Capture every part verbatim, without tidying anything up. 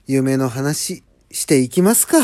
夢の話していきますか。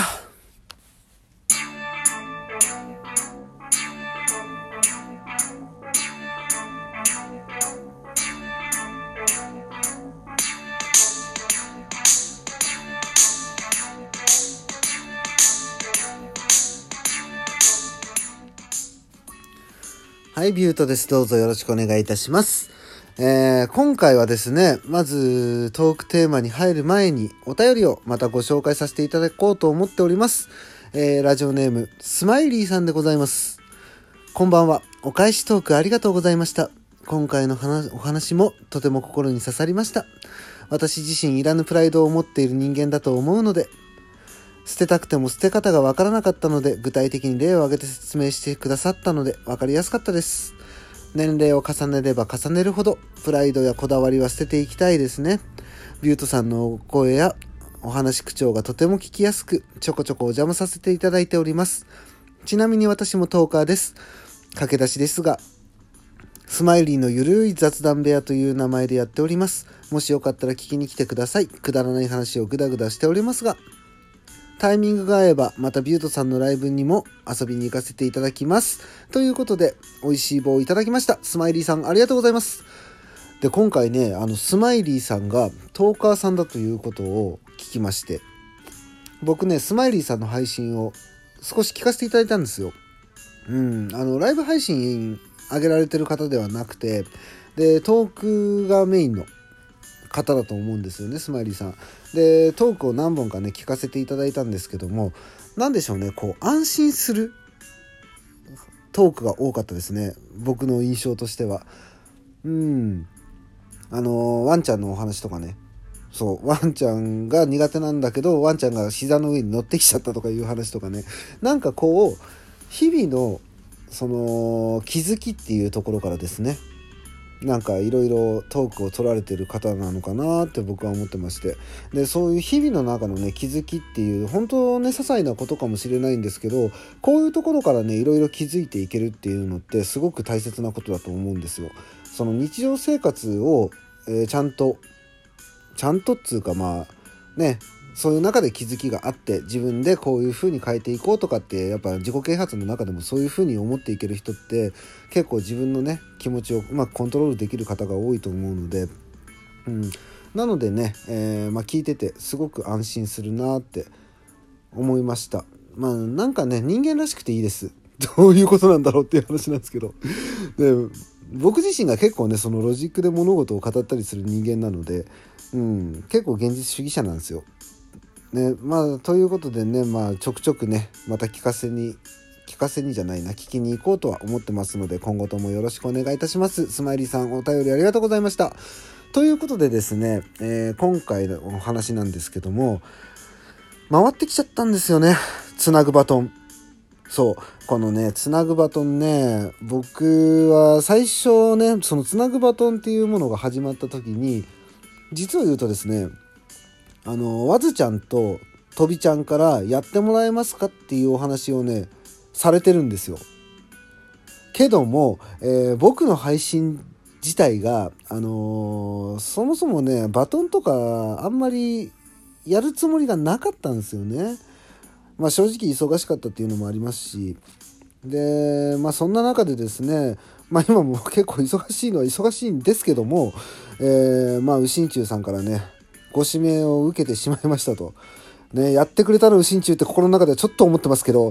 はい、ビュートです。どうぞよろしくお願いいたします。えー、今回はですね、まずトークテーマに入る前にお便りをまたご紹介させていただこうと思っております。えー、ラジオネームスマイリーさんでございます。こんばんは。お返しトークありがとうございました。今回の話お話もとても心に刺さりました。私自身いらぬプライドを持っている人間だと思うので、捨てたくても捨て方がわからなかったので、具体的に例を挙げて説明してくださったのでわかりやすかったです。年齢を重ねれば重ねるほどプライドやこだわりは捨てていきたいですね。ビュートさんのお声やお話口調がとても聞きやすく、ちょこちょこお邪魔させていただいております。ちなみに私もトーカーです。駆け出しですが、スマイリーのゆるい雑談部屋という名前でやっております。もしよかったら聞きに来てください。くだらない話をぐだぐだしておりますが、タイミングが合えばまたビュートさんのライブにも遊びに行かせていただきます。ということで、美味しい棒をいただきました。スマイリーさんありがとうございます。で、今回ね、あのスマイリーさんがトーカーさんだということを聞きまして、僕ね、スマイリーさんの配信を少し聞かせていただいたんですよ。うん、あのライブ配信上げられてる方ではなくて、でトークがメインの方だと思うんですよね、スマイリーさんで。トークを何本かね聞かせていただいたんですけども、なんでしょうね、こう安心するトークが多かったですね、僕の印象としては。うんあのワンちゃんのお話とかね、そうワンちゃんが苦手なんだけどワンちゃんが膝の上に乗ってきちゃったとかいう話とかね、なんかこう日々のその気づきっていうところからですね、なんかいろいろトークを取られてる方なのかなって僕は思ってまして、でそういう日々の中のね気づきっていう本当ね些細なことかもしれないんですけど、こういうところからねいろいろ気づいていけるっていうのってすごく大切なことだと思うんですよ。その日常生活を、えー、ちゃんとちゃんとっつうかまあね、そういう中で気づきがあって自分でこういう風に変えていこうとかって、やっぱ自己啓発の中でもそういう風に思っていける人って結構自分のね気持ちをうまくコントロールできる方が多いと思うので、うん、なのでね、えーまあ、聞いててすごく安心するなって思いました。まあなんかね人間らしくていいです。どういうことなんだろうっていう話なんですけどで僕自身が結構ねそのロジックで物事を語ったりする人間なので、うん、結構現実主義者なんですよ。ね、まあということでね、まあちょくちょくねまた聞かせに聞かせにじゃないな聞きに行こうとは思ってますので、今後ともよろしくお願いいたします。スマイリーさんお便りありがとうございました。ということでですね、えー、今回のお話なんですけども、回ってきちゃったんですよね、つなぐバトン。そうこのねつなぐバトンね、僕は最初ねそのつなぐバトンっていうものが始まった時に、実を言うとですね、あのわずちゃんととびちゃんからやってもらえますかっていうお話をねされてるんですよ。けども、えー、僕の配信自体があのー、そもそもねバトンとかあんまりやるつもりがなかったんですよね。まあ正直忙しかったっていうのもありますし、でまあそんな中でですね、まあ今も結構忙しいのは忙しいんですけども、えー、まあ右心中さんからねご指名を受けてしまいましたと。ね、やってくれたら右心中って心の中ではちょっと思ってますけど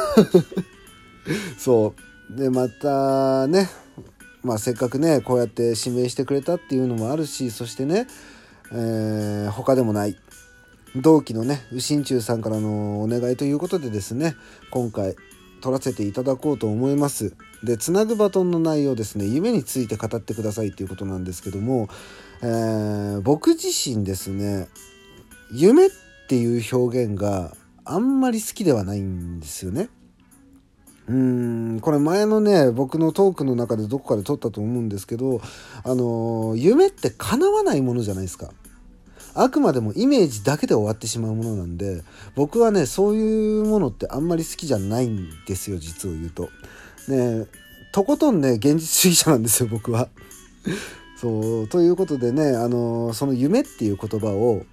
そうでまたね、まあせっかくねこうやって指名してくれたっていうのもあるし、そしてね、えー、他でもない同期のね右心中さんからのお願いということでですね、今回取らせていただこうと思います。でつなぐバトンの内容ですね、夢について語ってくださいということなんですけども、えー、僕自身ですね、夢っていう表現があんまり好きではないんですよね。うーんこれ前のね僕のトークの中でどこかで撮ったと思うんですけど、あのー、夢って叶わないものじゃないですか。あくまでもイメージだけで終わってしまうものなんで、僕はねそういうものってあんまり好きじゃないんですよ、実を言うとね。とことんね現実主義者なんですよ僕はそうということでね、あのー、その夢っていう言葉を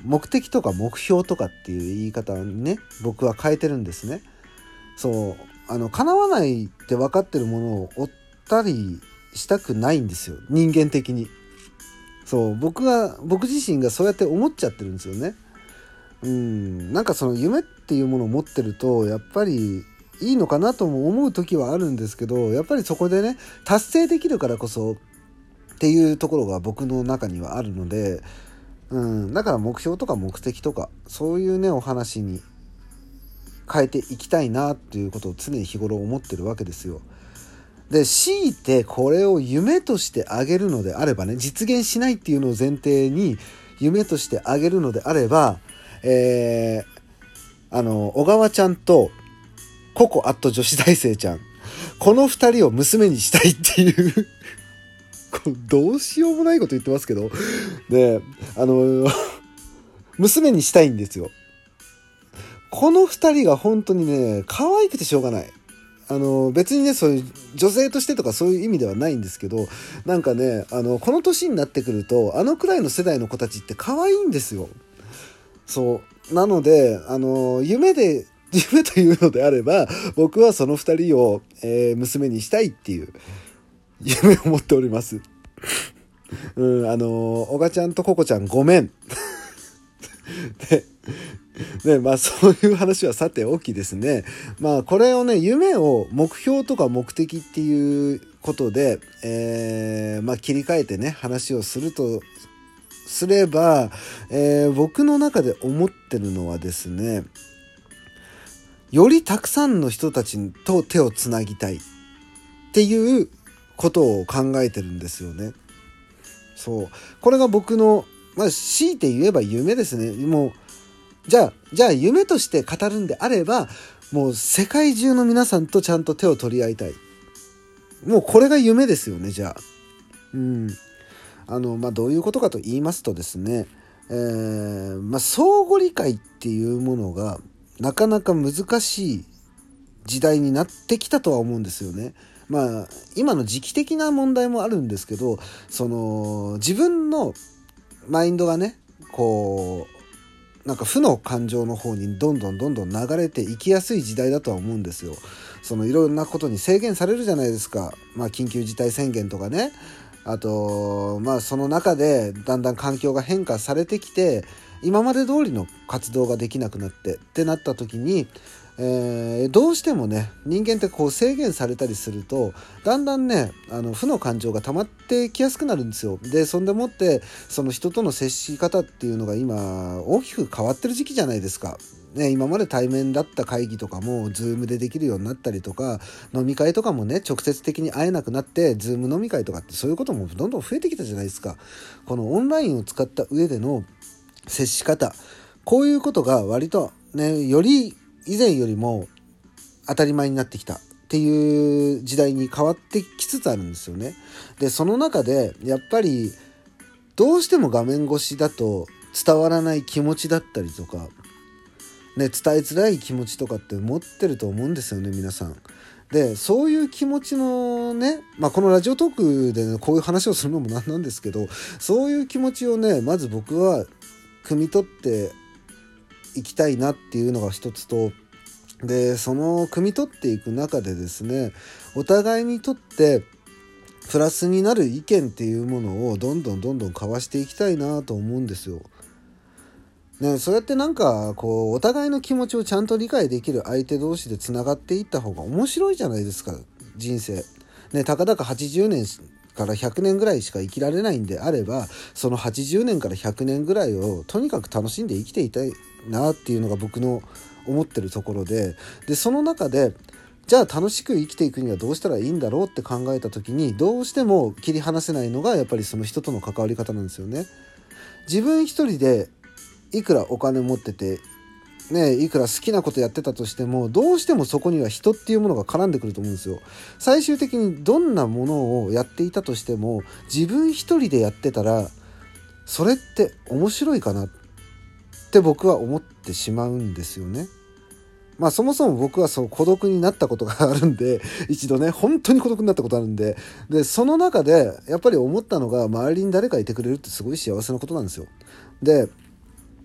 目的とか目標とかっていう言い方をね僕は変えてるんですね。そうあの叶わないって分かってるものを追ったりしたくないんですよ、人間的に。そう僕が僕自身がそうやって思っちゃってるんですよね。うんなんかその夢っていうものを持ってるとやっぱりいいのかなとも思う時はあるんですけど、やっぱりそこでね達成できるからこそっていうところが僕の中にはあるので、うん、だから目標とか目的とかそういうねお話に変えていきたいなっていうことを常に日頃思ってるわけですよ。で強いてこれを夢としてあげるのであればね、実現しないっていうのを前提に夢としてあげるのであれば、えー、あの小川ちゃんとココアット女子大生ちゃん、この二人を娘にしたいっていうどうしようもないこと言ってますけどであの娘にしたいんですよ。この二人が本当にね可愛くてしょうがない。あの別にねそういう女性としてとかそういう意味ではないんですけど、なんかねあのこの年になってくるとあのくらいの世代の子たちって可愛いんですよ。そうなのであの夢で夢というのであれば僕はその二人を、えー、娘にしたいっていう夢を持っております。うん、あのおがちゃんとココちゃんごめんでね、まあそういう話はさておきですね、まあこれをね夢を目標とか目的っていうことで、えー、まあ切り替えてね話をするとすれば、えー、僕の中で思ってるのはですね、よりたくさんの人たちと手をつなぎたいっていうことを考えてるんですよね。そうこれが僕の、まあ、強いて言えば夢ですね。もうじゃあじゃあ夢として語るんであればもう世界中の皆さんとちゃんと手を取り合いたい。もうこれが夢ですよね。じゃあうんあのまあどういうことかと言いますとですね、えー、まあ相互理解っていうものがなかなか難しい時代になってきたとは思うんですよね。まあ今の時期的な問題もあるんですけど、その自分のマインドがねこうなんか負の感情の方にどんどんどんどん流れていきやすい時代だとは思うんですよ。そのいろんなことに制限されるじゃないですか。まあ緊急事態宣言とかね、あとまあその中でだんだん環境が変化されてきて今まで通りの活動ができなくなってってなった時に、えー、どうしてもね人間ってこう制限されたりするとだんだんねあの負の感情が溜まってきやすくなるんですよ。でそんでもってその人との接し方っていうのが今大きく変わってる時期じゃないですか。ね、今まで対面だった会議とかも Zoom でできるようになったりとか、飲み会とかもね直接的に会えなくなって Zoom 飲み会とかってそういうこともどんどん増えてきたじゃないですか。このオンラインを使った上での接し方、こういうことが割とねより以前よりも当たり前になってきたっていう時代に変わってきつつあるんですよね。でその中でやっぱりどうしても画面越しだと伝わらない気持ちだったりとかね、伝えづらい気持ちとかって持ってると思うんですよね皆さん。でそういう気持ちのね、まあ、このラジオトークで、ね、こういう話をするのもなんなんですけど、そういう気持ちをねまず僕は汲み取っていきたいなっていうのが一つと、でその汲み取っていく中でですねお互いにとってプラスになる意見っていうものをどんどんどんどん交わしていきたいなと思うんですよ。ね、そうやってなんかこうお互いの気持ちをちゃんと理解できる相手同士でつながっていった方が面白いじゃないですか人生。ね、たかだかはちじゅうねんからひゃくねんぐらいしか生きられないんであればそのはちじゅうねんからひゃくねんぐらいをとにかく楽しんで生きていたいなっていうのが僕の思ってるところで、でその中でじゃあ楽しく生きていくにはどうしたらいいんだろうって考えた時にどうしても切り離せないのがやっぱりその人との関わり方なんですよね。自分一人でいくらお金持っててね、いくら好きなことやってたとしてもどうしてもそこには人っていうものが絡んでくると思うんですよ。最終的にどんなものをやっていたとしても自分一人でやってたらそれって面白いかなって僕は思ってしまうんですよね。まあそもそも僕はそう孤独になったことがあるんで一度ね本当に孤独になったことあるんで、でその中でやっぱり思ったのが周りに誰かいてくれるってすごい幸せなことなんですよ。で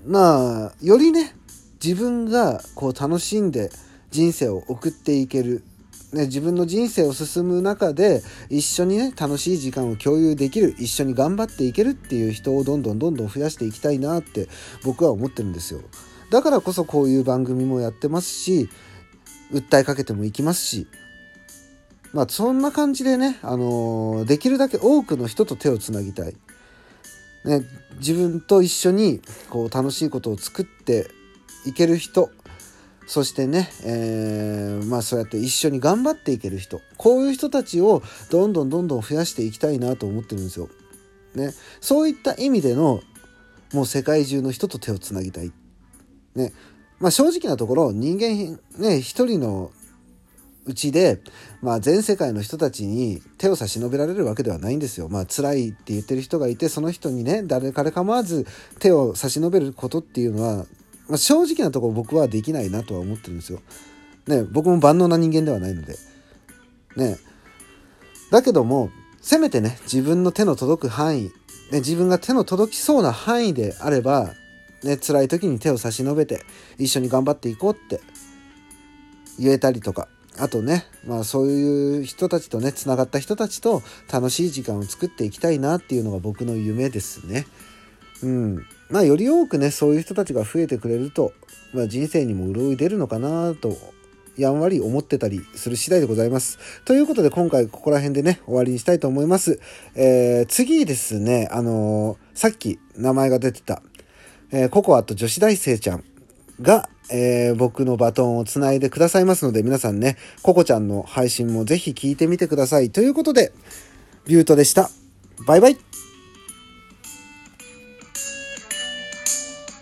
まあよりね自分がこう楽しんで人生を送っていける、ね、自分の人生を進む中で一緒にね楽しい時間を共有できる、一緒に頑張っていけるっていう人をどんどんどんどん増やしていきたいなって僕は思ってるんですよ。だからこそこういう番組もやってますし、訴えかけてもいきますし、まあそんな感じでね、あのー、できるだけ多くの人と手をつなぎたい、ね、自分と一緒にこう楽しいことを作っていける人、そしてね、えー、まあそうやって一緒に頑張っていける人、こういう人たちをどんどんどんどん増やしていきたいなと思ってるんですよ、ね、そういった意味でのもう世界中の人と手をつなぎたい、ね、まあ正直なところ人間ね一人のうちで、まあ、全世界の人たちに手を差し伸べられるわけではないんですよ。まあ辛いって言ってる人がいて、その人にね誰彼構わず手を差し伸べることっていうのは、まあ、正直なところ僕はできないなとは思ってるんですよ。ね、僕も万能な人間ではないので。ね、だけどもせめてね自分の手の届く範囲、ね、自分が手の届きそうな範囲であれば、ね、辛い時に手を差し伸べて一緒に頑張っていこうって言えたりとか、あとね、まあそういう人たちとねつながった人たちと楽しい時間を作っていきたいなっていうのが僕の夢ですね。うん、まあより多くねそういう人たちが増えてくれると、まあ、人生にも潤い出るのかなとやんわり思ってたりする次第でございます。ということで今回ここら辺でね終わりにしたいと思います。えー、次ですね、あのー、さっき名前が出てた、えー、ココアと女子大生ちゃんが、えー、僕のバトンをつないでくださいますので、皆さんねココちゃんの配信もぜひ聞いてみてください。ということでビュートでした。バイバイ。